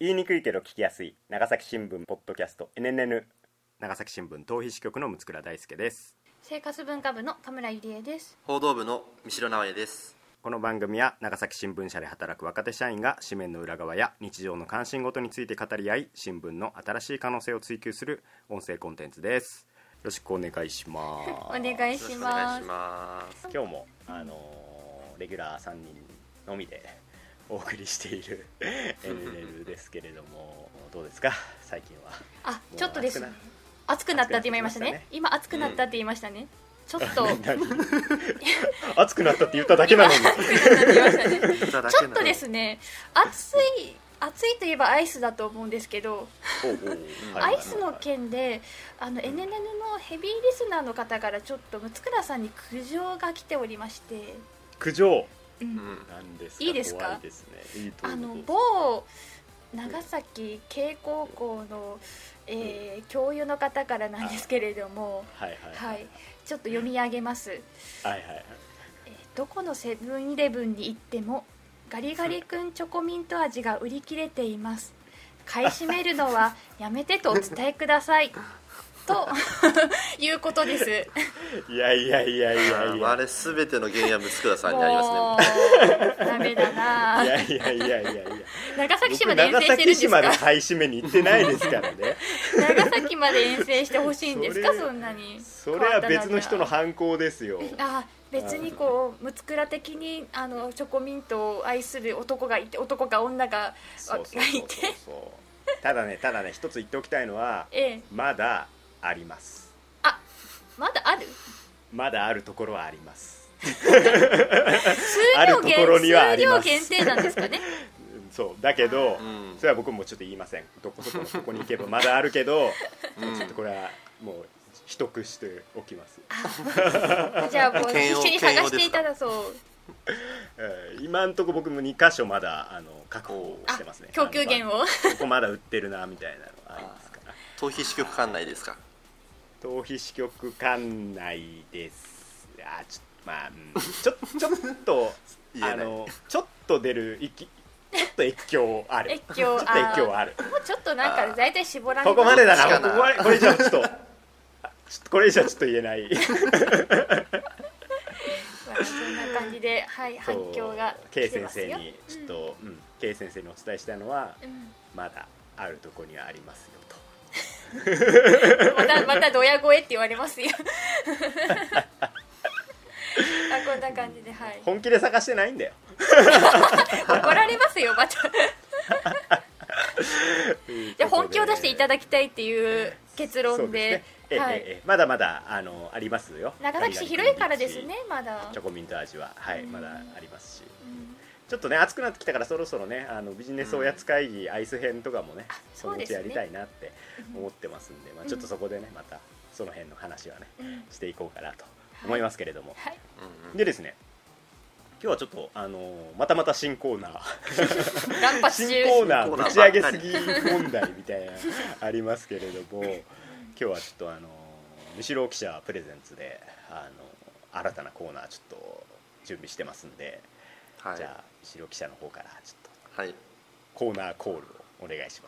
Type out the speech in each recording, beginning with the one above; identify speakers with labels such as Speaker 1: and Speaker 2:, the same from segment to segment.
Speaker 1: 言いにくいけど聞きやすい長崎新聞ポッドキャスト NNN 長崎新聞逃避支局の六倉大輔です。
Speaker 2: 生活文化部の田村ゆりえです。
Speaker 3: 報道部の三代直江です。
Speaker 1: この番組は長崎新聞社で働く若手社員が紙面の裏側や日常の関心事について語り合い、新聞の新しい可能性を追求する音声コンテンツです。よろしくお願いします。
Speaker 2: お願いします。
Speaker 1: 今日もレギュラー3人のみでお送りしているNNN ですけれども、どうですか最近は。
Speaker 2: ちょっとですね、暑くなったって今言いましたね。今暑くなったって言いましたね。ちょっと
Speaker 1: 暑くなったって言っただけなのに
Speaker 2: ちょっとですね、暑いといえばアイスだと思うんですけど、アイスの件でNNN のヘビーリスナーの方からちょっと六倉さんに苦情が来ておりまして。
Speaker 1: 苦情、
Speaker 2: なん
Speaker 1: ですか。
Speaker 2: いいですか。
Speaker 1: 怖いですね。
Speaker 2: 某長崎慶高校の、教諭の方からなんですけれども、ちょっと読み上げます。どこのセブンイレブンに行ってもガリガリ君チョコミント味が売り切れています。買い占めるのはやめてとお伝えくださいということです。
Speaker 1: いや
Speaker 3: あれ全ての原因は六倉さんにありますね。
Speaker 2: ダメだな。
Speaker 1: いや
Speaker 2: 長崎市まで遠征してるんですか。
Speaker 1: 長崎市まで買い占めに行ってないですからね。
Speaker 2: 長崎まで遠征してほしいんですか。そんなに。
Speaker 1: それは別の人の犯行ですよ。
Speaker 2: 別にこう六倉的にチョコミントを愛する男がいて、男か女がいて、
Speaker 1: ただね一つ言っておきたいのは、まだあります。
Speaker 2: まだある？
Speaker 1: まだあるところはあります。
Speaker 2: 数量限定なんですかね。
Speaker 1: そうだけど、それは僕もちょっと言いません。どこそこのとこに行けばまだあるけど、ちょっとこれはもう秘匿しておきます。
Speaker 2: じゃあもう必死に探していただそう。
Speaker 1: 今んとこ僕も2箇所まだ確保してますね。
Speaker 2: 供給源を
Speaker 1: ここまだ売ってるなみたいなのありますから。
Speaker 3: 逃避支局管内ですか。
Speaker 1: 逃避支局管内です。ちょっとちょっと出るちょっと越境ある。
Speaker 2: 越境ある。もうちょっとなんか大体絞られ
Speaker 1: ここまでだな。これ以上ちょっとこれ以上ちょっと言えない。
Speaker 2: そんな感じで、反響が来てますよ。
Speaker 1: K 先生にちょっと、K 先生にお伝えしたのは、まだあるとこにはありますよと。
Speaker 2: またドヤ声って言われますよ。こんな感じで、
Speaker 1: 本気で探してないんだよ。
Speaker 2: 怒られますよまた。じゃあ本気を出していただきたいっていう結論で、
Speaker 1: まだまだありますよ。
Speaker 2: 長崎市広いからですね。まだ
Speaker 1: チョコミント味はまだありますし、ちょっとね暑くなってきたからそろそろねビジネスおやつ会議アイス編とかもねそのうちやりたいなって思ってますんで、ちょっとそこでねまたその辺の話はねしていこうかなと思いますけれども、でですね、今日はちょっとまた新コーナー新コーナーぶち上げすぎ問題みたいなありますけれども、今日はちょっと三代記者プレゼンツで新たなコーナーちょっと準備してますんで、じゃあ三代記者の方からちょっとコーナーコールをお願いします。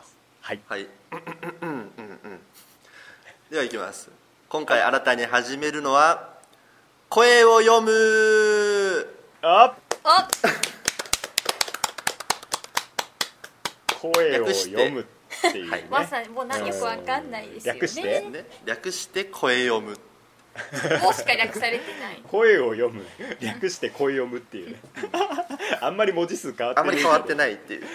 Speaker 3: ではいきます。今回新たに始めるのは声を読む。
Speaker 1: 声を読むっていうね。
Speaker 2: まさにもう何よくわかんないですよね。
Speaker 3: 略して声読む。
Speaker 2: もうしか略されてない。
Speaker 1: 声を読む、略して声読むっていうね。あんまり文字数変わってない。
Speaker 3: あんまり変わってないっていう。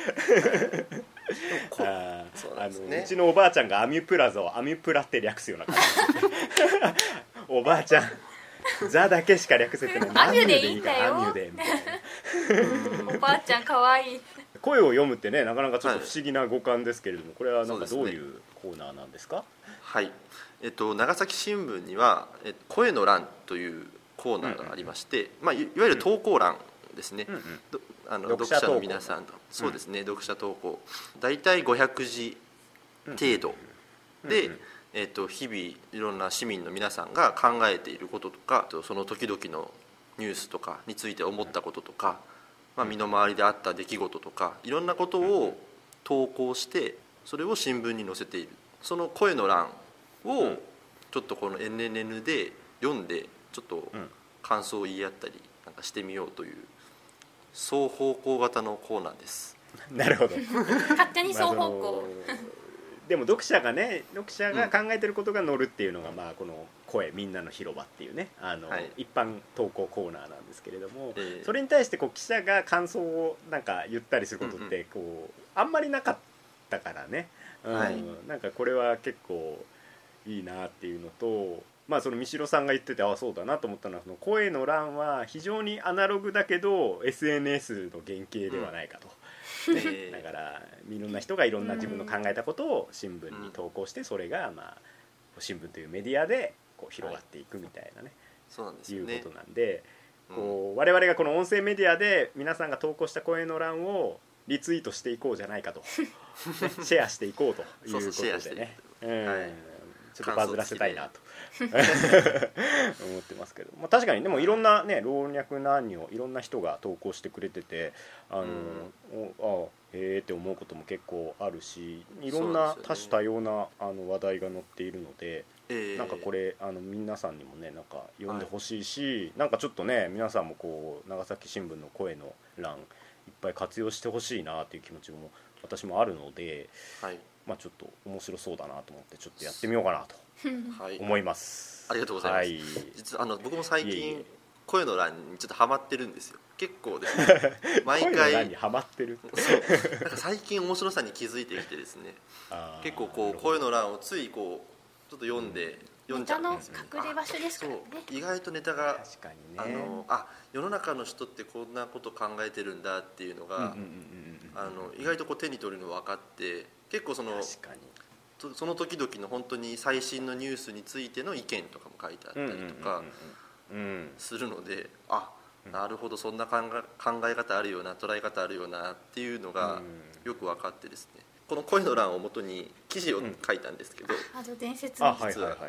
Speaker 1: うちのおばあちゃんがアミュプラザをアミュプラって略すような感じ。おばあちゃんザだけしか略せてない。
Speaker 2: アミュでいいんだよ。
Speaker 1: アミュでみたいな。
Speaker 2: おばあちゃんかわいい。
Speaker 1: 声を読むってね、なかなかちょっと不思議な語感ですけれども、これはなんかどういうコーナーなんですか？
Speaker 3: 長崎新聞には声の欄というコーナーがありまして、いわゆる投稿欄ですね。読者の皆さんと、そうですね、読者投稿だいたい500字程度で、日々いろんな市民の皆さんが考えていることとか、その時々のニュースとかについて思ったこととか、身の回りであった出来事とかいろんなことを投稿してそれを新聞に載せている。その声の欄をちょっとこの NNN で読んでちょっと感想を言い合ったりなんかしてみようという双方向型のコーナーです。
Speaker 1: なるほど。
Speaker 2: 勝手に双方向、
Speaker 1: でも読者が考えてることが載るっていうのが、この声みんなの広場っていうね一般投稿コーナーなんですけれども、それに対して記者が感想をなんか言ったりすることってあんまりなかったからね、なんかこれは結構いいなっていうのと、その三代さんが言っててそうだなと思ったのは、その声の欄は非常にアナログだけど SNS の原型ではないかと。だからいろんな人がいろんな自分の考えたことを新聞に投稿して、それが新聞というメディアで広がっていくみたいなね、
Speaker 3: そうなんですよね、
Speaker 1: いうことなんで、我々がこの音声メディアで皆さんが投稿した声の欄をリツイートしていこうじゃないかとシェアしていこうということでね、ちょっとバズらせたいなと思ってますけど、確かにでもいろんなね老若男女いろんな人が投稿してくれててへーって思うことも結構あるし、いろんな多種多様な話題が載っているので、なんかこれ皆さんにもねなんか読んでほしいし、なんかちょっとね皆さんも長崎新聞の声の欄いっぱい活用してほしいなっていう気持ちも私もあるので、ちょっと面白そうだなと思ってちょっとやってみようかなと思います。
Speaker 3: ありがとうございます。実は僕も最近声の欄にちょっとハマってるんですよ。結構ですね毎回
Speaker 1: 声の欄にハマってる
Speaker 3: そうなんか最近面白さに気づいてきてですね結構声の欄をついちょっと読んで、読んじゃうんですよね。
Speaker 2: ネタの隠れ場所ですからね。
Speaker 3: そう意外とネタが
Speaker 1: 確かに、ね、
Speaker 3: 世の中の人ってこんなこと考えてるんだっていうのが意外と手に取るの分かって、結構その時々の本当に最新のニュースについての意見とかも書いてあったりとかするので、なるほどそんな考え方あるよな、捉え方あるよなっていうのがよく分かってですね、この声の欄をもとに記事を書いたんですけど、
Speaker 2: 伝説の
Speaker 3: 実は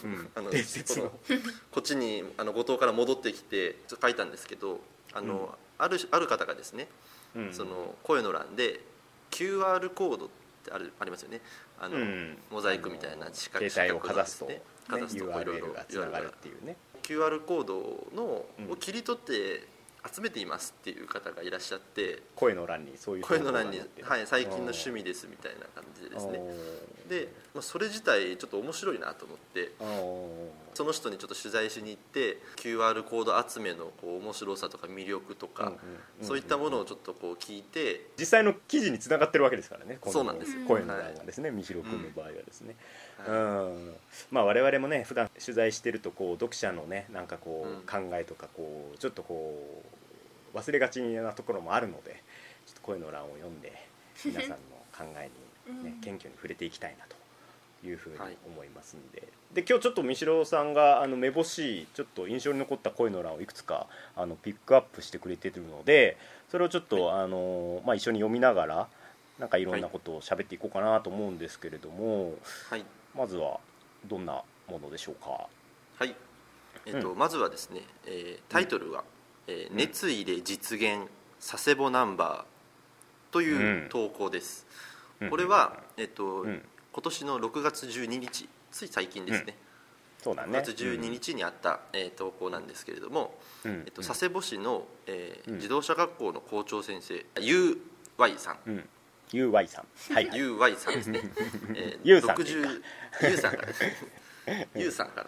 Speaker 3: こっちに五島から戻ってきてちょっと書いたんですけど、ある方がですね、その声の欄で QR コードってありますよね、モザイクみたいな四角
Speaker 1: 携帯をかざすと、
Speaker 3: URL
Speaker 1: がつながるっていうね、
Speaker 3: QR コードを切り取って集めていますっていう方がいらっしゃって、
Speaker 1: 声の欄にそういう
Speaker 3: 声の欄に、最近の趣味ですみたいな感じでですね、で、それ自体ちょっと面白いなと思って、その人にちょっと取材しに行って QR コード集めの面白さとか魅力とかそういったものをちょっと聞いて、
Speaker 1: 実際の記事に繋がってるわけですからね、
Speaker 3: そうなんです、
Speaker 1: 声の欄がですね、三代君の場合はですね、我々もね普段取材してると読者のねなんか考えとかちょっと忘れがちなところもあるので、ちょっと声の欄を読んで皆さんの考えに、ね謙虚に触れていきたいなというふうに思いますんで、今日ちょっと三代さんがめぼしいちょっと印象に残った声の欄をいくつかピックアップしてくれてるので、それをちょっと一緒に読みながらなんかいろんなことを喋っていこうかなと思うんですけれども、まずはどんなものでしょうか。
Speaker 3: まずはですね、タイトルが、熱意で実現佐世保ナンバーという投稿です。これは、今年の6月12日つい最近ですね、
Speaker 1: そうだね、
Speaker 3: 6月12日にあった、投稿なんですけれども、佐世保市の、自動車学校の校長先生 UY さん、
Speaker 1: UY さん、
Speaker 3: UY さんですね
Speaker 1: U さん
Speaker 3: U さんからですねU さんから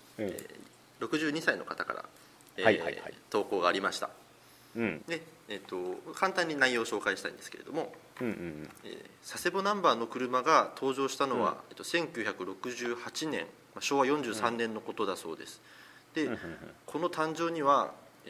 Speaker 3: 、62歳の方から、投稿がありました。で簡単に内容を紹介したいんですけれども、佐世保ナンバーの車が登場したのは、1968年、昭和43年のことだそうです。で、この誕生には、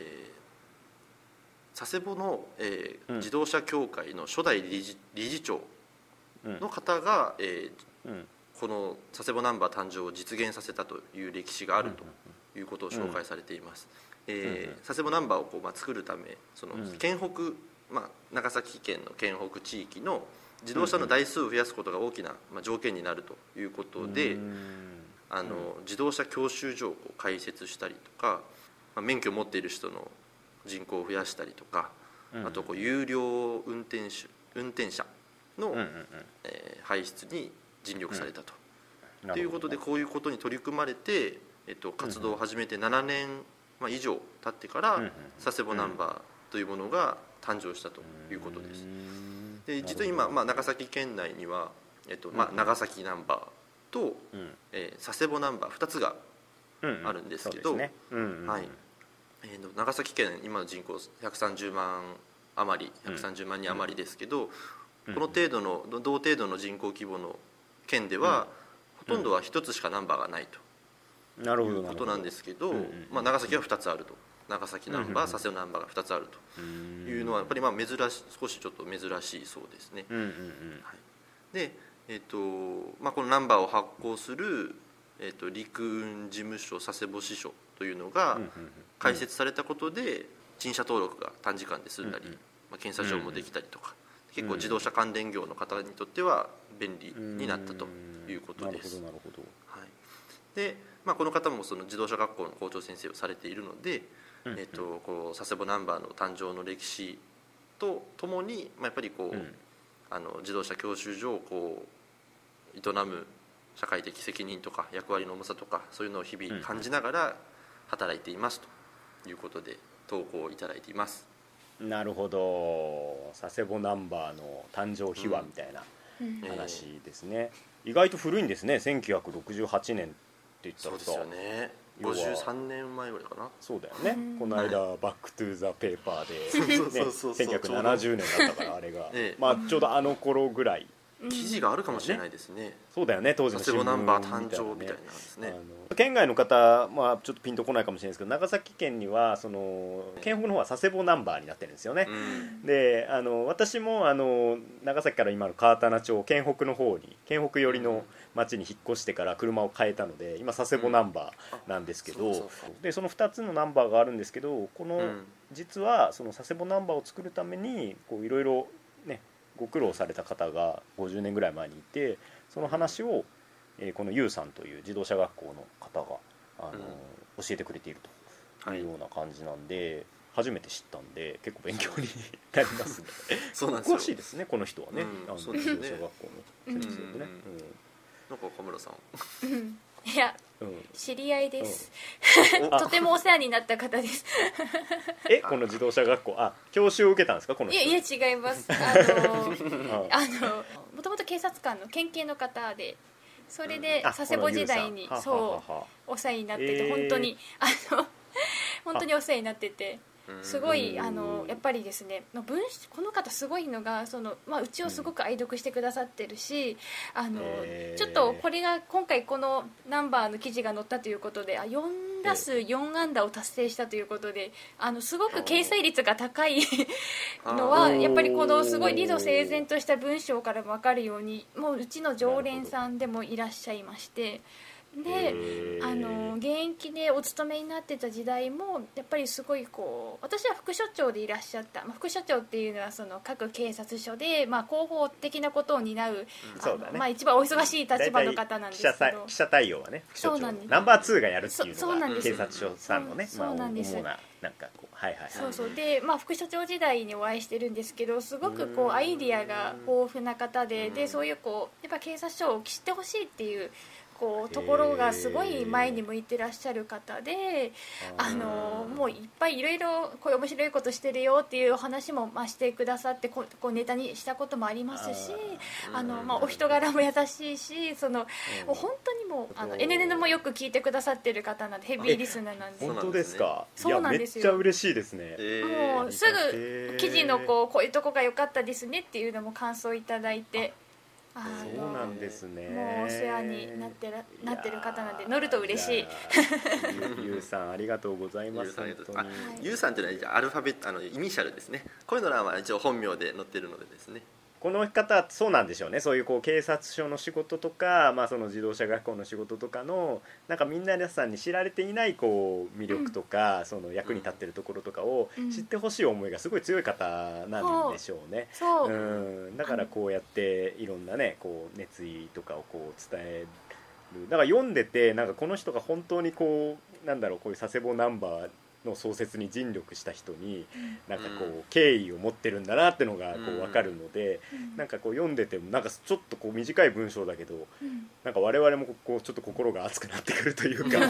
Speaker 3: 佐世保の、自動車協会の初代理事長の方が、この佐世保ナンバー誕生を実現させたという歴史があるということを紹介されています。佐世保ナンバーを作るため、その県北、長崎県の県北地域の自動車の台数を増やすことが大きな条件になるということで、自動車教習所を開設したりとか、免許を持っている人の人口を増やしたりとか、あと有料運転車の排出に尽力されたと。ということでこういうことに取り組まれて、活動を始めて7年以上経ってから佐世保ナンバーというものが誕生したということです。で実は今、長崎県内には、長崎ナンバーと、佐世保ナンバー2つがあるんですけど、長崎県今の人口130万余り130万人余りですけど、この程度の同程度の人口規模の県では、ほとんどは1つしかナンバーがないということなんですけど、長崎は2つあると。長崎ナンバー、佐世保ナンバーが2つあるというのはやっぱり少しちょっと珍しいそうですね。で、このナンバーを発行する、陸運事務所佐世保支所というのが開設されたことで陳謝登録が短時間で済んだり、検査場もできたりとか、結構自動車関連業の方にとっては便利になったということです。で、この方もその自動車学校の校長先生をされているので、こう佐世保ナンバーの誕生の歴史とともに、やっぱり自動車教習所を営む社会的責任とか役割の重さとか、そういうのを日々感じながら働いていますということで投稿をいただいています。
Speaker 1: なるほど。佐世保ナンバーの誕生秘話みたいな話ですね。意外と古いんですね。1968年って言ったらさ、
Speaker 3: そうですよね。53年前ぐらいかな。
Speaker 1: そうだよね。この間バックトゥーザペーパーで1970年だったから、あれがちょうどあの頃ぐらい
Speaker 3: 記事があるかもしれないですね。
Speaker 1: そうだよね、当時の
Speaker 3: 新聞佐世保ナンバー誕生みたいなんですね。
Speaker 1: 県外の方、ちょっとピンとこないかもしれないですけど、長崎県にはその県北の方は佐世保ナンバーになってるんですよね。で私も長崎から今の川棚町県北の方に、県北寄りの町に引っ越してから車を変えたので、今佐世保ナンバーなんですけど、でその2つのナンバーがあるんですけど、この実はその佐世保ナンバーを作るためにいろいろねご苦労された方が50年ぐらい前にいて、その話をこのユウさんという自動車学校の方が教えてくれているというような感じなんで、初めて知ったんで結構勉強になりますね。
Speaker 3: そうなんですよ。
Speaker 1: 詳しいですね、この人はね。自動車学校の先生でね。
Speaker 3: なんか岡村さん
Speaker 2: いや、知り合いです。とてもお世話になった方です。
Speaker 1: この自動車学校、教習を受けたんですか、この人。
Speaker 2: いや違います。もともと警察官の県警の方で、それで佐世保時代にお世話になってて、本当にお世話になってて、すごいやっぱりですね、この方すごいのがうちをすごく愛読してくださってるし、ちょっとこれが今回このナンバーの記事が載ったということで、4打数4安打を達成したということで、すごく掲載率が高いのはやっぱりこのすごい理路整然とした文章からも分かるように、もううちの常連さんでもいらっしゃいまして、で現役でお勤めになってた時代もやっぱりすごい私は副署長でいらっしゃった、副署長っていうのはその各警察署で広報的なことを担う、一番お忙しい立場の方なんですけど、
Speaker 1: 記者対応はね副署長ナンバー2がやるっていうのが警察署さんのね、主ななんか
Speaker 2: で、副署長時代にお会いしてるんですけど、すごくアイディアが豊富な方で、そういうやっぱ警察署を知ってほしいっていうところがすごい前に向いてらっしゃる方で、もういっぱいいろいろこういう面白いことしてるよっていうお話もしてくださって、ネタにしたこともありますし、お人柄も優しいし、もう本当にもうNNN もよく聞いてくださってる方なんで、ヘビーリスナーなんで。
Speaker 1: 本当ですか。
Speaker 2: そうなんですよ。
Speaker 1: めっちゃ嬉しいですね。
Speaker 2: もうすぐ記事のこういうとこが良かったですねっていうのも感想いただいて、
Speaker 1: そうなんですね。
Speaker 2: もうお世話になってる方なんで、乗ると嬉しい。
Speaker 1: ゆうさんありがとうございます。
Speaker 3: ゆうさんっていうのはアルファベットイニシャルですね。こういうのは一応本名で載ってるのでですね。
Speaker 1: この方はそうなんでしょうね。そういう警察署の仕事とか、その自動車学校の仕事とかのなんか皆さんに知られていない魅力とか、その役に立ってるところとかを知ってほしい思いがすごい強い方なんでしょうね。だからこうやっていろんなね熱意とかを伝える。だから読んでてなんかこの人が本当にこういう佐世保ナンバーの創設に尽力した人になんかこう敬意を持ってるんだなってのがこう分かるので、なんかこう読んでてもなんかちょっとこう短い文章だけど、なんか我々もこうちょっと心が熱くなってくるというか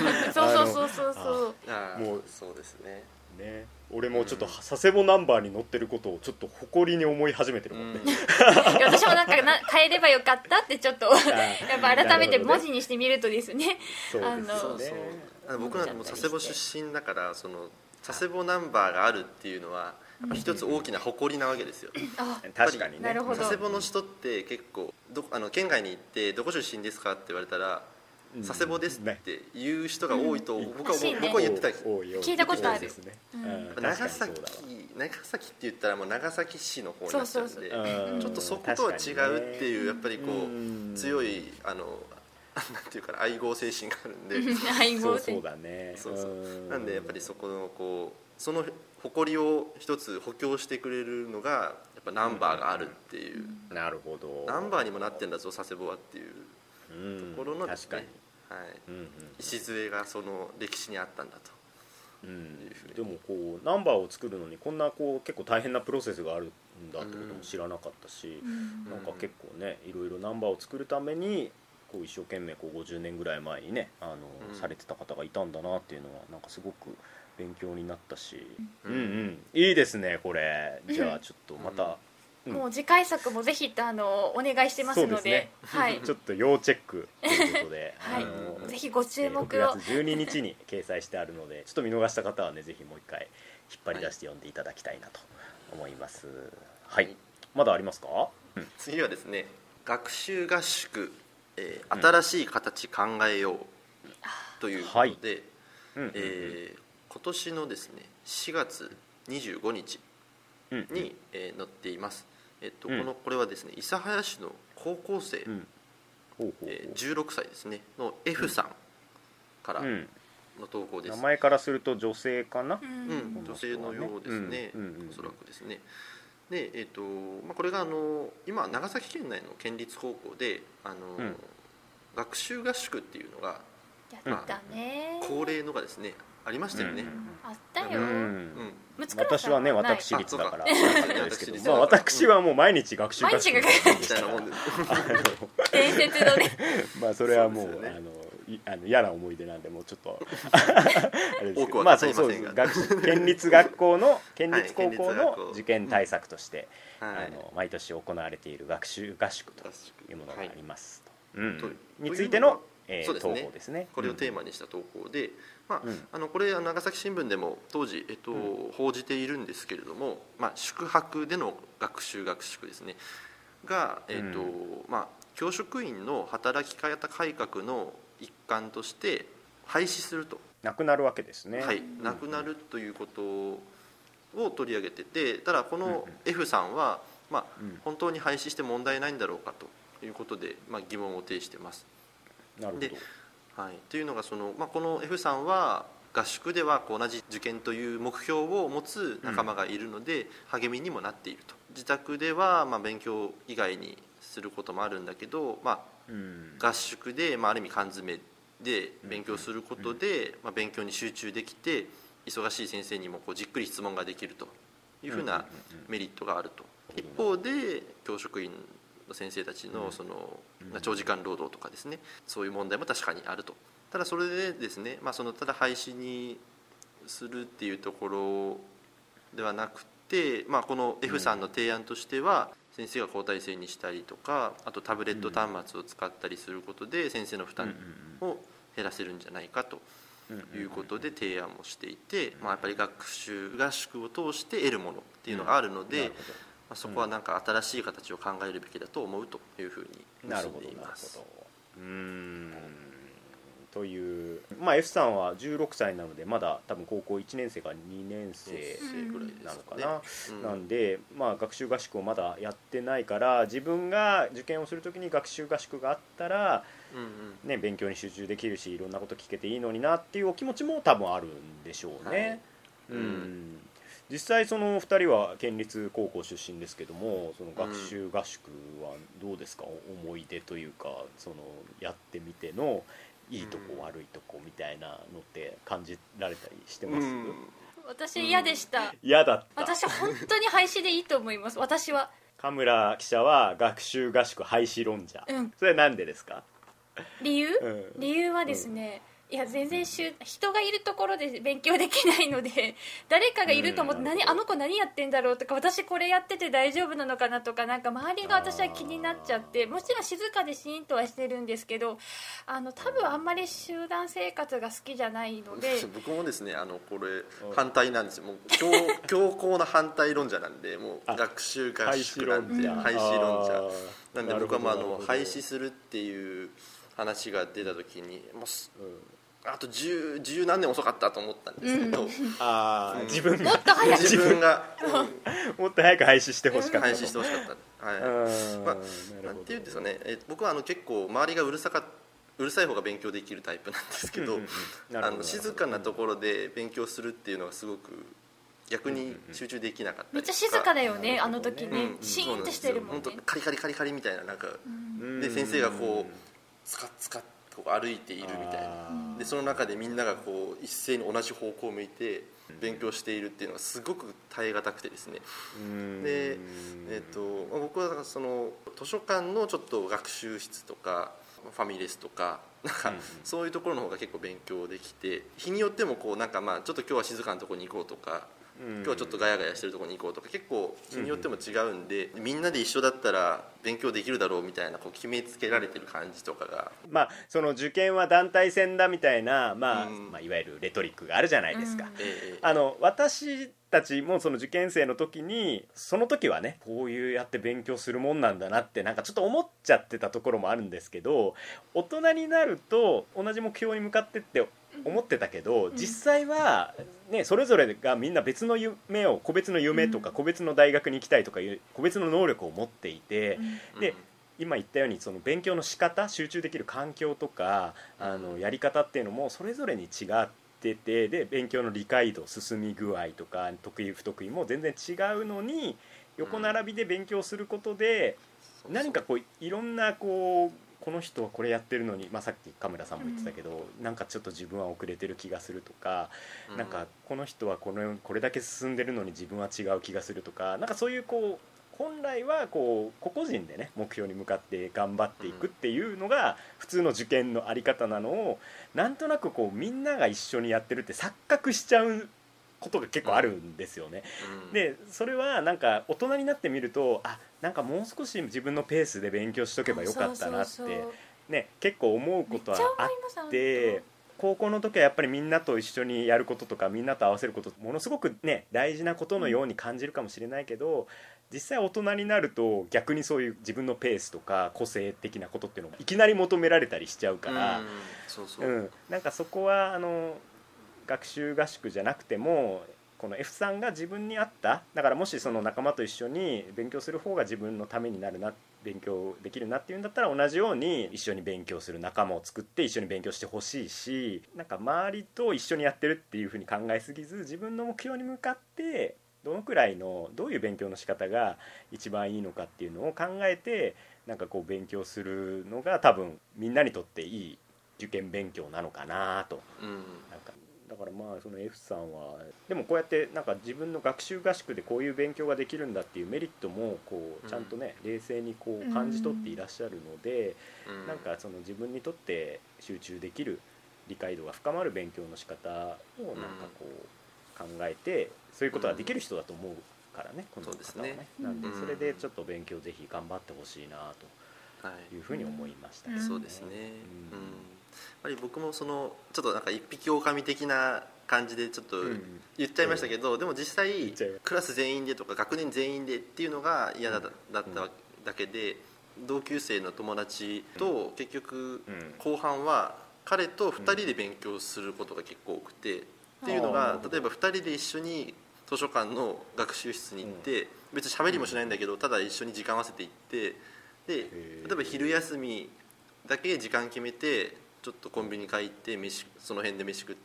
Speaker 3: もうそうですね。
Speaker 1: ね、俺もちょっと佐世保ナンバーに載ってることをちょっと誇りに思い始めてるもんね。
Speaker 2: 私もなんか変えればよかったってちょっとやっぱ改めて文字にしてみるとですね。
Speaker 3: 僕なんかも佐世保出身だから、その佐世保ナンバーがあるっていうのはやっぱ一つ大きな誇りなわけですよ。
Speaker 1: 確かにね。
Speaker 3: 佐世保の人って結構県外に行ってどこ出身ですかって言われたら佐世保ですって言う人が多いと僕は言ってた。
Speaker 2: 聞いたことある。
Speaker 3: 長崎って言ったらもう長崎市の方になっちゃうんで、ちょっとそことは違うっていうやっぱりこう強いなんていうかな、愛護精神があるんで
Speaker 1: そうだね。
Speaker 3: なんでやっぱりそこのこうその誇りを一つ補強してくれるのがやっぱナンバーがあるっていう。
Speaker 1: なるほど。
Speaker 3: ナンバーにもなってんだぞ佐世保はっていうところのですね、礎がその歴史にあったんだというふうに。
Speaker 1: でもこうナンバーを作るのにこんなこう結構大変なプロセスがあるんだってことも知らなかったし、なんか結構ねいろいろナンバーを作るためにこう一生懸命こう50年ぐらい前にねされてた方がいたんだなっていうのはなんかすごく勉強になったし、いいですねこれ。じゃあちょっとまた。
Speaker 2: もう次回作もぜひお願いしてますので、
Speaker 1: ちょっと要チェックということで、
Speaker 2: ぜひご注目を。
Speaker 1: 6月12日に掲載してあるので、ちょっと見逃した方はねぜひもう一回引っ張り出して読んでいただきたいなと思います。はい。まだありますか？
Speaker 3: 次はですね、学習合宿、新しい形考えようということで、今年のですね4月25日に載っています。これはですね諫早市の高校生、16歳ですねの F さんからの投稿です。
Speaker 1: 名前からすると女性かな。
Speaker 3: 女性のようですね、おそらくですね。で、これが今長崎県内の県立高校で学習合宿っていうのが恒例のがですねありましたよね。
Speaker 2: あったよ。
Speaker 1: 私はね私立だからですけど、私はもう毎日学習合宿みたいなもんです。
Speaker 2: 伝説のね。
Speaker 1: まあそれはもう嫌な思い出なんでもうちょっと
Speaker 3: 多くは語りませんが、
Speaker 1: 県立高校の受験対策として毎年行われている学習合宿というものがありますについての投稿ですね。
Speaker 3: これをテーマにした投稿で、これ長崎新聞でも当時、報じているんですけれども、宿泊での学習合宿ですねが、教職員の働き方改革の一環として廃止すると、
Speaker 1: なくなるわけですね。
Speaker 3: はい、なくなるということを取り上げてて、ただこの F さんは、本当に廃止して問題ないんだろうかということで、疑問を呈してます。
Speaker 1: なるほど。
Speaker 3: というのがこの F さんは合宿では同じ受験という目標を持つ仲間がいるので励みにもなっていると。自宅では勉強以外にすることもあるんだけど、合宿である意味缶詰で勉強することで勉強に集中できて忙しい先生にもじっくり質問ができるというふうなメリットがあると。一方で教職員の先生たちの長時間労働とかですね、そういう問題も確かにあると。ただそれでですね、ただ廃止にするっていうところではなくて、この F さんの提案としては先生が交代制にしたりとか、あとタブレット端末を使ったりすることで先生の負担を減らせるんじゃないかということで提案もしていて、やっぱり学習合宿を通して得るものっていうのがあるので、そこはなんか新しい形を考えるべきだと思うというふうに結んでいます。
Speaker 1: という、F さんは16歳なのでまだ多分高校1年生か2年生なのかな、なんで、学習合宿をまだやってないから自分が受験をするときに学習合宿があったら、勉強に集中できるしいろんなこと聞けていいのになっていうお気持ちも多分あるんでしょうね。実際その2人は県立高校出身ですけども、その学習合宿はどうですか、思い出というかやってみてのいいとこ悪いとこみたいなのって感じられたりしてます？
Speaker 2: 私嫌でした。
Speaker 1: 嫌だった。
Speaker 2: 私本当に廃止でいいと思います。私は。
Speaker 1: 神村記者は学習合宿廃止論者、それはなんでですか？
Speaker 2: 理由はですね、いや全然人がいるところで勉強できないので、誰かがいると思って、あの子何やってんだろうとか、私これやってて大丈夫なのかなとか、なんか周りが私は気になっちゃって、もちろん静かでシーンとはしてるんですけど、多分あんまり集団生活が好きじゃないので
Speaker 3: 僕もですねこれ反対なんですよ。もう強硬な反対論者なんで、もう学習合宿なんで廃止論者なんで、僕は廃止するっていう話が出た時にもうあと十何年遅かったと思ったんですけど、
Speaker 1: 自分がもっと早く廃止してほしかった。
Speaker 3: 廃止してほしかった。なんていうんですかね、僕は結構周りがうるさい方が勉強できるタイプなんですけど、静かなところで勉強するっていうのがすごく逆に集中できなかったりとか。
Speaker 2: めっちゃ静かだよね、あの時ね。シーンとしてるもんね。
Speaker 3: 本当カリカリカリカリみたいな、なんかで先生がこうスカッスカッこう歩いているみたいなで、その中でみんながこう一斉に同じ方向を向いて勉強しているっていうのがすごく耐え難くてですね。で、僕はその図書館のちょっと学習室とかファミレスとかなんかそういうところの方が結構勉強できて、日によってもこうなんかちょっと今日は静かなところに行こうとか、今日はちょっとガヤガヤしてるところに行こうとか、結構日によっても違うんで、みんなで一緒だったら勉強できるだろうみたいなこう決めつけられてる感じとかが、
Speaker 1: その受験は団体戦だみたいな、いわゆるレトリックがあるじゃないですか。私たちもその受験生の時に、その時はねこういうやって勉強するもんなんだなってなんかちょっと思っちゃってたところもあるんですけど、大人になると同じ目標に向かってって思ってたけど、実際は、ね、それぞれがみんな別の夢を、個別の夢とか個別の大学に行きたいとかいう個別の能力を持っていて、で今言ったようにその勉強の仕方、集中できる環境とかやり方っていうのもそれぞれに違ってて、で勉強の理解度、進み具合とか得意不得意も全然違うのに、横並びで勉強することで何かこういろんなこの人はこれやってるのに、さっきカムラさんも言ってたけど、なんかちょっと自分は遅れてる気がするとか、なんかこの人はこれだけ進んでるのに自分は違う気がするとか、なんかそういう本来は個々人でね目標に向かって頑張っていくっていうのが普通の受験のあり方なのを、なんとなくみんなが一緒にやってるって錯覚しちゃうことが結構あるんですよね。でそれはなんか大人になってみると、なんかもう少し自分のペースで勉強しとけばよかったなってね、結構思うことはあって、高校の時はやっぱりみんなと一緒にやることとかみんなと合わせることものすごくね大事なことのように感じるかもしれないけど、実際大人になると逆にそういう自分のペースとか個性的なことっていうのがいきなり求められたりしちゃうから、なんかそこは学習合宿じゃなくてもこの F さんが自分に合った、だからもしその仲間と一緒に勉強する方が自分のためになるな、勉強できるなっていうんだったら、同じように一緒に勉強する仲間を作って一緒に勉強してほしいし、なんか周りと一緒にやってるっていう風に考えすぎず、自分の目標に向かってどのくらいのどういう勉強の仕方が一番いいのかっていうのを考えて、なんか勉強するのが多分みんなにとっていい受験勉強なのかなと、なんかだからその F さんはでもこうやってなんか自分の学習合宿でこういう勉強ができるんだっていうメリットもちゃんとね冷静に感じ取っていらっしゃるので、なんかその自分にとって集中できる、理解度が深まる勉強の仕方をなんか考えて、そういうことができる人だと思うからね、この方はね。なんでそれでちょっと勉強ぜひ頑張ってほしいなというふうに思いましたね。
Speaker 3: そうですね。やっぱり僕もちょっとなんか一匹狼的な感じでちょっと言っちゃいましたけど、でも実際クラス全員でとか学年全員でっていうのが嫌だっただけで、同級生の友達と結局後半は彼と2人で勉強することが結構多くて、っていうのが例えば2人で一緒に図書館の学習室に行って、別に喋りもしないんだけどただ一緒に時間合わせて行って、で例えば昼休みだけ時間決めてちょっとコンビニ帰ってその辺で飯食って、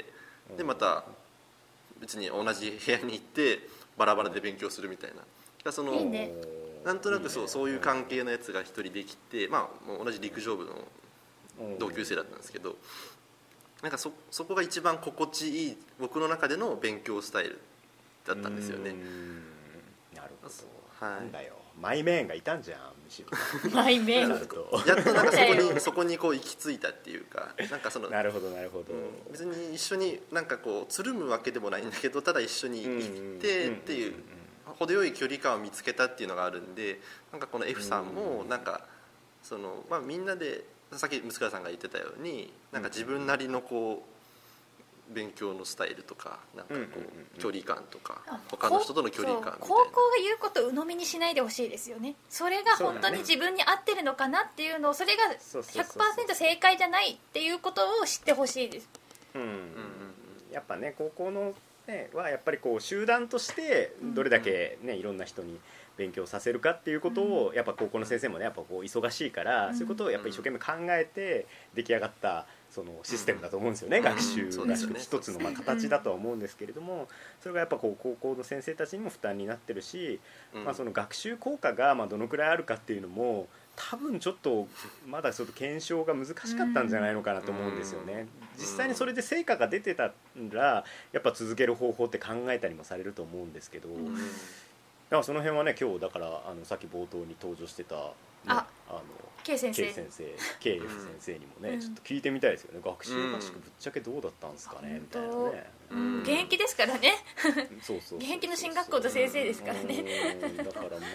Speaker 3: でまた別に同じ部屋に行ってバラバラで勉強するみたいな、
Speaker 2: いいね。
Speaker 3: なんとなくそういう関係のやつが一人できて、もう同じ陸上部の同級生だったんですけど、 なんかそこが一番心地いい僕の中での勉強スタイルだったんですよね。
Speaker 1: なるほど、
Speaker 3: はい、
Speaker 1: なんだよマイメーンがいたんじゃんむしろ
Speaker 2: マイメーン
Speaker 3: やっとなんかそこにこう行き着いたっていうか、なんかその
Speaker 1: なるほどなるほど、
Speaker 3: 別に一緒になんかこうつるむわけでもないんだけど、ただ一緒に行ってっていう程よい距離感を見つけたっていうのがあるんで、なんかこの F さんもなんかその、まあ、みんなでさっき息子さんが言ってたようになんか自分なりのこう勉強のスタイルとかなんかこう距離感とか他の人との距離感みたいな、
Speaker 2: 高校が言うことを鵜呑みにしないでほしいですよね。それが本当に自分に合ってるのかなっていうのを、それが 100% 正解じゃないっていうことを知ってほしいです。
Speaker 1: やっぱね高校の、ね、はやっぱりこう集団としてどれだけ、ね、いろんな人に勉強させるかっていうことを、やっぱ高校の先生もねやっぱこう忙しいから、そういうことをやっぱ一生懸命考えて出来上がったそのシステムだと思うんですよね、学習合宿一つのまあ形だとは思うんですけれども、それがやっぱこう高校の先生たちにも負担になってるし、まあ、その学習効果がまあどのくらいあるかっていうのも多分ちょっとまだちょっと検証が難しかったんじゃないのかなと思うんですよね。実際にそれで成果が出てたらやっぱ続ける方法って考えたりもされると思うんですけど、だからその辺はね今日だからさっき冒頭に登場してた、ね、
Speaker 2: K 先生
Speaker 1: KF 先生にもね、ちょっと聞いてみたいですよね。学習合宿ぶっちゃけどうだったんですかねみたいなね。
Speaker 2: 現役ですからね。
Speaker 1: そう
Speaker 2: 現役の進学校の先生ですからね。
Speaker 1: だからまあ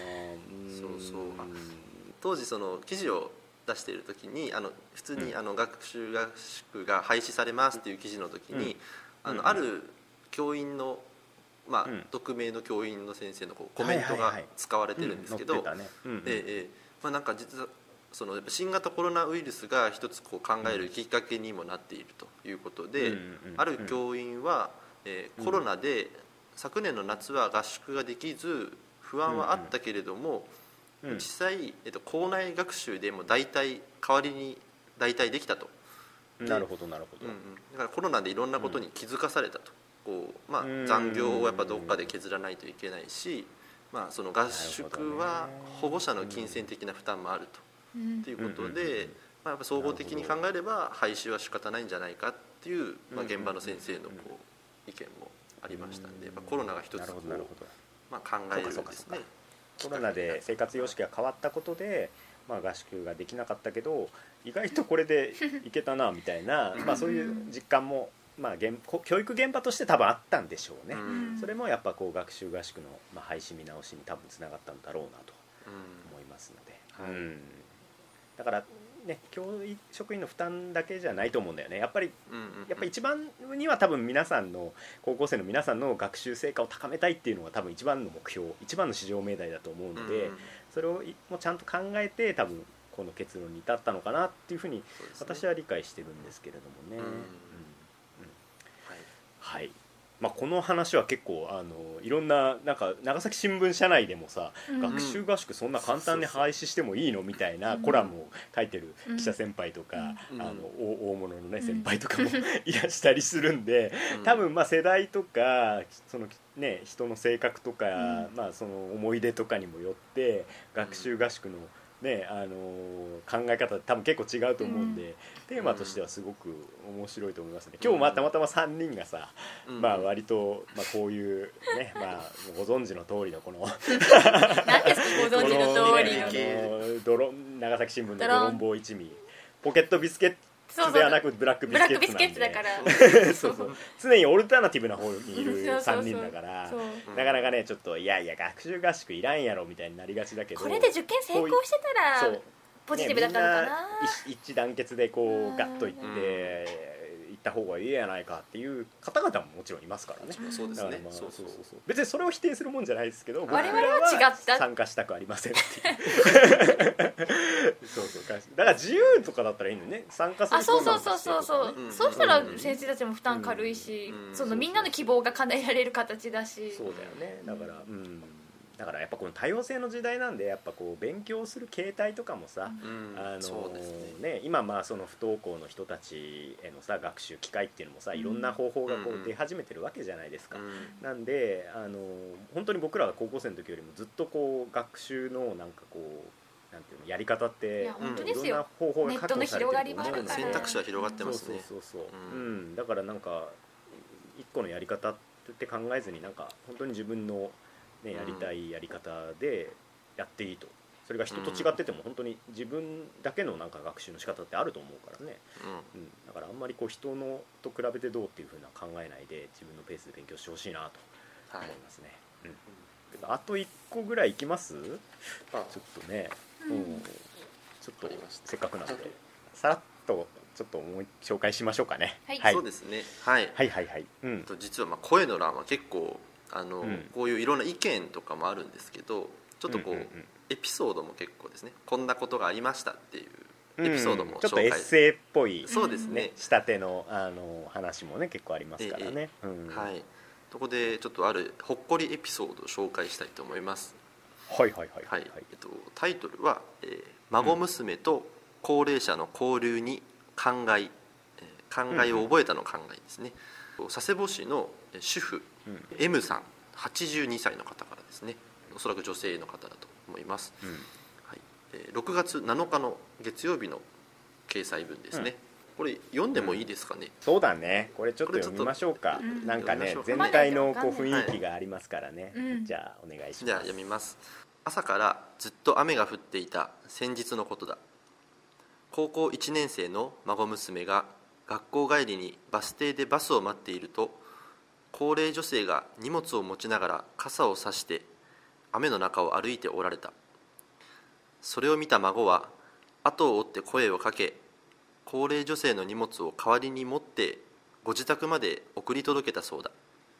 Speaker 3: 当時その記事を出している時に普通に学習合宿が廃止されますっていう記事の時に、ある教員のまあ、匿名の教員の先生のこうコメントが使われてるんですけど、なんか実はその新型コロナウイルスが一つこう考えるきっかけにもなっているということで、ある教員は、コロナで昨年の夏は合宿ができず不安はあったけれども、実際、校内学習でも代わりに代替できたと。
Speaker 1: なるほどなるほど。
Speaker 3: だからコロナでいろんなことに気づかされたと。こうまあ、残業をやっぱどっかで削らないといけないし、まあ、その合宿は保護者の金銭的な負担もあるということで、まあ、やっぱ総合的に考えれば廃止は仕方ないんじゃないかっていう、まあ、現場の先生のこう意見もありましたんで、やっぱコロナが一つこう、まあ、考えるんですね。
Speaker 1: コロナで生活様式が変わったことで、まあ、合宿ができなかったけど意外とこれでいけたなみたいな、まあ、そういう実感もまあ、教育現場として多分あったんでしょうね。それもやっぱこう学習合宿の、まあ、廃止見直しに多分つながったんだろうなと思いますので、だからね教育職員の負担だけじゃないと思うんだよね。やっぱり一番には多分皆さんの高校生の皆さんの学習成果を高めたいっていうのが多分一番の目標、一番の至上命題だと思うので、それをもちゃんと考えて多分この結論に至ったのかなっていうふうに私は理解してるんですけれどもね。はい、まあ、この話は結構いろんな、なんか長崎新聞社内でもさ、学習合宿そんな簡単に廃止してもいいのみたいなコラムを書いてる記者先輩とか、大物の、ね、先輩とかもいらしたりするんで、多分まあ世代とかその、ね、人の性格とか、まあ、その思い出とかにもよって学習合宿のね、考え方多分結構違うと思うんで、テーマとしてはすごく面白いと思いますね。今日たまたま3人がさ、まあ割と、まあ、こういうね、まあ、ご存知の通りのこの
Speaker 2: 何ですかご存知の通り
Speaker 1: の長崎新聞のドロンボー一味ポケットビスケットではなくブラックビスケットなんで、だからそうそう常にオルタナティブな方にいる3人だからなかなかねちょっといやいや学習合宿いらんやろみたいになりがちだけど、
Speaker 2: これで受験成功してたらポジティブだったのかな、
Speaker 1: 一致団結でこうガッといって行った方がいいやないかっていう方々ももちろんいますからね。
Speaker 3: そうですね。
Speaker 1: 別にそれを否定するもんじゃないですけど、
Speaker 2: 我々は違った
Speaker 1: 参加したくありませんっていうだから自由とかだったらいいのね、参加する
Speaker 2: そうそうしたら先生たちも負担軽いし、そのみんなの希望が叶えられる形だし、
Speaker 1: そうだよね。だからやっぱこの多様性の時代なんで、やっぱこう勉強する形態とかもさ、今まあその不登校の人たちへのさ学習機会っていうのもさいろんな方法がこう出始めてるわけじゃないですか。なんで本当に僕らが高校生の時よりもずっとこう学習のなんかこうなんていうのやり方って、
Speaker 2: いや本当ですよ、
Speaker 1: いろんな方法が確保されてると思う。
Speaker 2: ネットの広がりもあるから
Speaker 3: 選択肢は広がってますね。
Speaker 1: そう、だからなんか一個のやり方って考えずになんか本当に自分の、ね、やりたいやり方でやっていいと。それが人と違ってても本当に自分だけのなんか学習の仕方ってあると思うからね、だからあんまりこう人のと比べてどうっていうふうな考えないで自分のペースで勉強してほしいなと思いますね、あと1個ぐらいいきます？ちょっとね、ちょっとせっかくなんでさらっとちょっと紹介しましょうかね。
Speaker 3: はい、そうですね。はい、実は声の欄は結構こういういろんな意見とかもあるんですけど、ちょっとこう、エピソードも結構ですね、こんなことがありましたっていうエピソードも紹介、
Speaker 1: ちょっとエッセイっぽい、
Speaker 3: そうですね、
Speaker 1: 仕立ての話もね結構ありますからね。
Speaker 3: はい。そこでちょっとあるほっこりエピソードを紹介したいと思います。タイトルは、孫娘と高齢者の交流に考えを覚えたの考えですね。佐世保市の主婦、M さん82歳の方からですね、おそらく女性の方だと思います、6月7日の月曜日の掲載文ですね、これ読んでもいいですかね。
Speaker 1: そうだね、これちょっと読みましょうか。なんかね全体のこう雰囲気がありますからね、じゃあお願いします。
Speaker 3: じゃあ読みます。朝からずっと雨が降っていた先日のことだ。高校1年生の孫娘が学校帰りにバス停でバスを待っていると、高齢女性が荷物を持ちながら傘を差して雨の中を歩いておられた。それを見た孫は後を追って声をかけ、高齢女性の荷物を代わりに持ってご自宅まで送り届けたそうだ。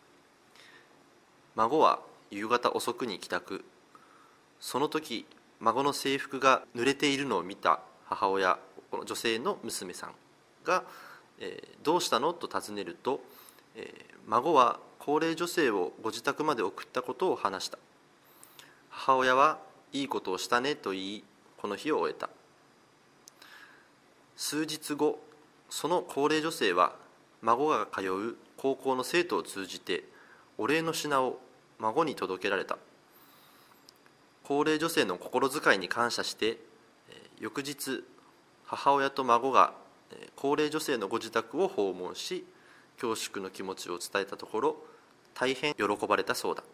Speaker 3: 孫は夕方遅くに帰宅。その時孫の制服が濡れているのを見た母親、この女性の娘さんが、どうしたのと尋ねると、孫は高齢女性をご自宅まで送ったことを話した。母親はいいことをしたねと言い、この日を終えた。数日後、その高齢女性は孫が通う高校の生徒を通じてお礼の品を孫に届けられた。高齢女性の心遣いに感謝して、翌日母親と孫が高齢女性のご自宅を訪問し、恐縮の気持ちを伝えたところ、大変喜ばれたそうだ。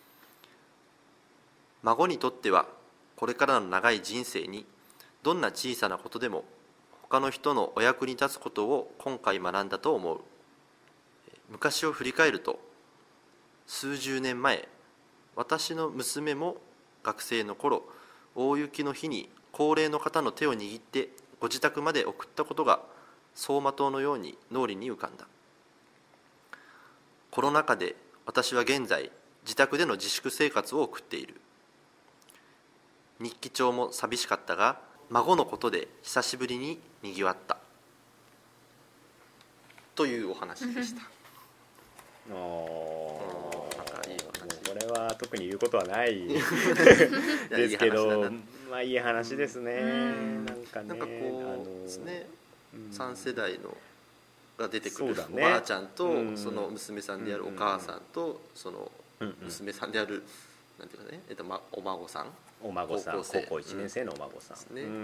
Speaker 3: 孫にとってはこれからの長い人生にどんな小さなことでも他の人のお役に立つことを今回学んだと思う。昔を振り返ると、数十年前、私の娘も学生の頃、大雪の日に高齢の方の手を握ってご自宅まで送ったことが走馬灯のように脳裏に浮かんだ。コロナ禍で私は現在自宅での自粛生活を送っている。日記帳も寂しかったが、孫のことで久しぶりににぎわったというお話でした。
Speaker 1: なんかいい話。これは特に言うことはないですけど、まあいい話ですね。なんかこ
Speaker 3: うですね、3世代のが出てくるおばあちゃんとその娘さんであるお母さんとその娘さんであるなんていうかね、お孫さん、
Speaker 1: 高校1年生のお孫さん、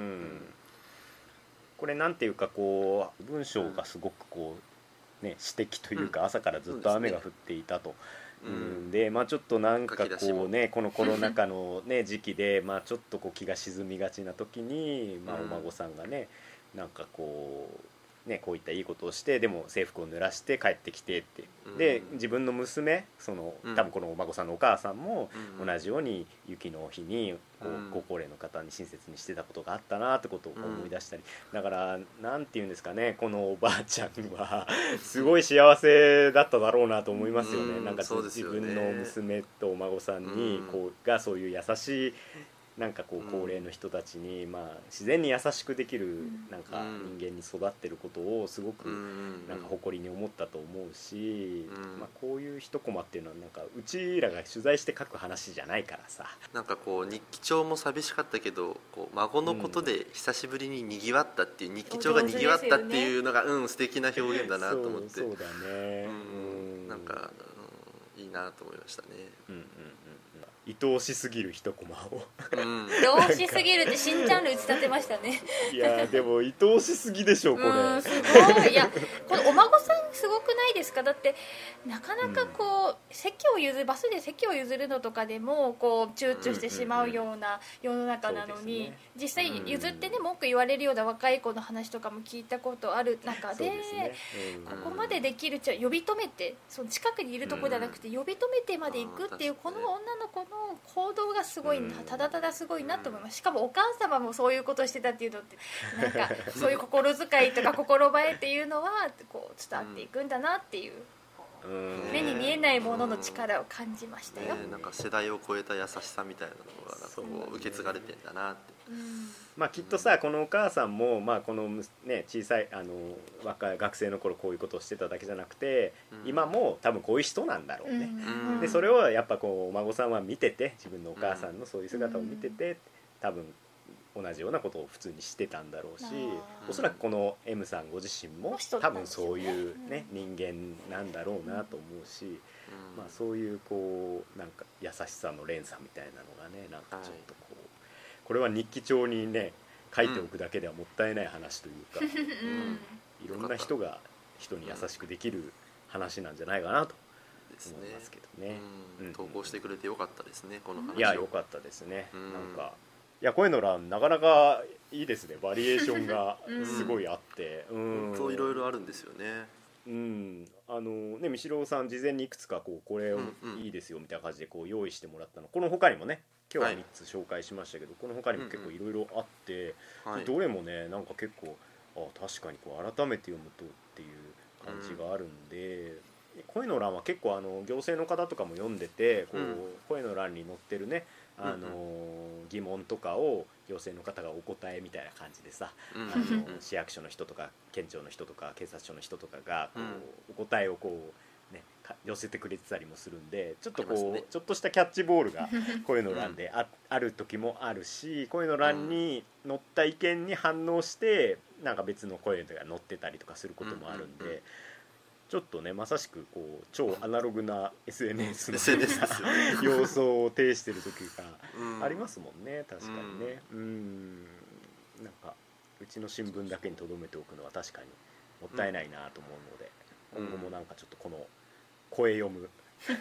Speaker 1: これなんていうかこう文章がすごくこうね詩的というか、朝からずっと雨が降っていたと。でまあ、ちょっとなんかこうねこのコロナ禍の、ね、時期で、まあ、ちょっとこう気が沈みがちな時に、まあ、お孫さんがねなんかこうね、こういったいいことをしてでも制服を濡らして帰ってきてってで自分の娘多分このお孫さんのお母さんも同じように雪の日にこうご高齢の方に親切にしてたことがあったなってことを思い出したり、だからなんていうんですかね、このおばあちゃんはすごい幸せだっただろうなと思いますよね。なんか自分の娘とお孫さんにがそういう優しいなんかこう高齢の人たちにまあ自然に優しくできるなんか人間に育ってることをすごくなんか誇りに思ったと思うし、まあこういう一コマっていうのはなんかうちらが取材して書く話じゃないからさ、
Speaker 3: なんかこう日記帳も寂しかったけどこう孫のことで久しぶりににぎわったっていう日記帳がにぎわったっていうのが素敵な表現だなと思って、
Speaker 1: そうだね、
Speaker 3: なんかいいなと思いましたね。
Speaker 1: 愛おしすぎる一コマを
Speaker 2: 愛おしすぎるって新ジャンル打ち立てましたね。
Speaker 1: いやでも愛おしすぎでしょこれ。
Speaker 2: すごい。いやこのお孫さんすごくないですか。だってなかなかこう、バスで席を譲るのとかでもこう躊躇してしまうような世の中なのに、ね、実際譲ってね文句言われるような若い子の話とかも聞いたことある中で、ここまでできる呼び止めて、その近くにいるところじゃなくて呼び止めてまで行くっていうこの女の子の行動がすごいな、ただただすごいなと思います。しかもお母様もそういうことをしてたっていうのってなんかそういう心遣いとか心映えっていうのはこう伝わっていくんだなっていう、目に見えないものの力を感じましたよ。
Speaker 3: なんか世代を超えた優しさみたいなのがなんかこう受け継がれてんだなって。
Speaker 1: まあ、きっとさこのお母さんも、まあこのね、小さい若い学生の頃こういうことをしてただけじゃなくて、今も多分こういう人なんだろうね。でそれをやっぱこうお孫さんは見てて、自分のお母さんのそういう姿を見てて、多分同じようなことを普通にしてたんだろうし、おそらくこの M さんご自身も多分そういうね人間なんだろうなと思うし、まあそういうこうなんか優しさの連鎖みたいなのがね、なんかちょっとこうこれは日記帳にね書いておくだけではもったいない話というか、いろんな人が人に優しくできる話なんじゃないかなと思いますけどね。
Speaker 3: 投稿してくれてよかったですねこの話を。
Speaker 1: いやよかったですね。なんかいや声の欄なかなかいいですね。バリエーションがすごいあって、
Speaker 3: 本当いろいろあるんですよね。
Speaker 1: ね、三代さん事前にいくつかこれいいですよみたいな感じでこう用意してもらったの、この他にもね今日は3つ紹介しましたけど、この他にも結構いろいろあって、どれもねなんか結構確かにこう改めて読むとっていう感じがあるんで、声の欄は結構行政の方とかも読んでて、こう声の欄に載ってるね疑問とかを行政の方がお答えみたいな感じでさ、市役所の人とか県庁の人とか警察署の人とかがこうお答えをこう、ね、寄せてくれてたりもするんで、ちょっとこうちょっとしたキャッチボールが声の欄である時もあるし、声の欄に載った意見に反応してなんか別の声が載ってたりとかすることもあるんで、ちょっとねまさしくこう超アナログな SNS の様相を呈してる時がありますもんね。確かにね。なんかうちの新聞だけに留めておくのは確かにもったいないなと思うので、今後もなんかちょっとこの声読む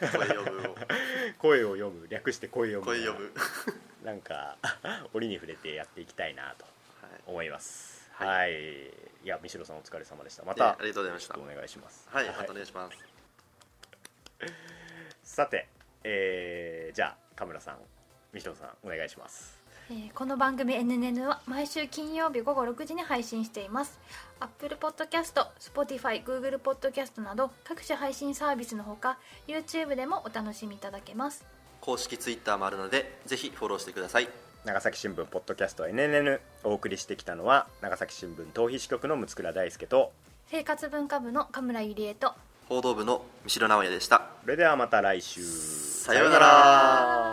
Speaker 1: 声を読む、略して声読むなんか折に触れてやっていきたいなと思います。はい、いや三代さんお疲れ様でした。また
Speaker 3: ありがとうございました。
Speaker 1: お願いします。
Speaker 3: はい、またお願いします。
Speaker 1: さて、じゃあカメラさん、三代さんお願いします。
Speaker 2: この番組 NNN は毎週金曜日午後6時に配信しています。 Apple Podcast、Spotify、Google Podcast など各種配信サービスのほか YouTube でもお楽しみいただけます。
Speaker 3: 公式 Twitter もあるのでぜひフォローしてください。
Speaker 1: 長崎新聞ポッドキャスト NNN お送りしてきたのは長崎新聞逃避支局の六倉大輔と
Speaker 2: 生活文化部の神村ゆりえと
Speaker 3: 報道部の三代直也でした。
Speaker 1: それではまた来週、
Speaker 3: さようなら。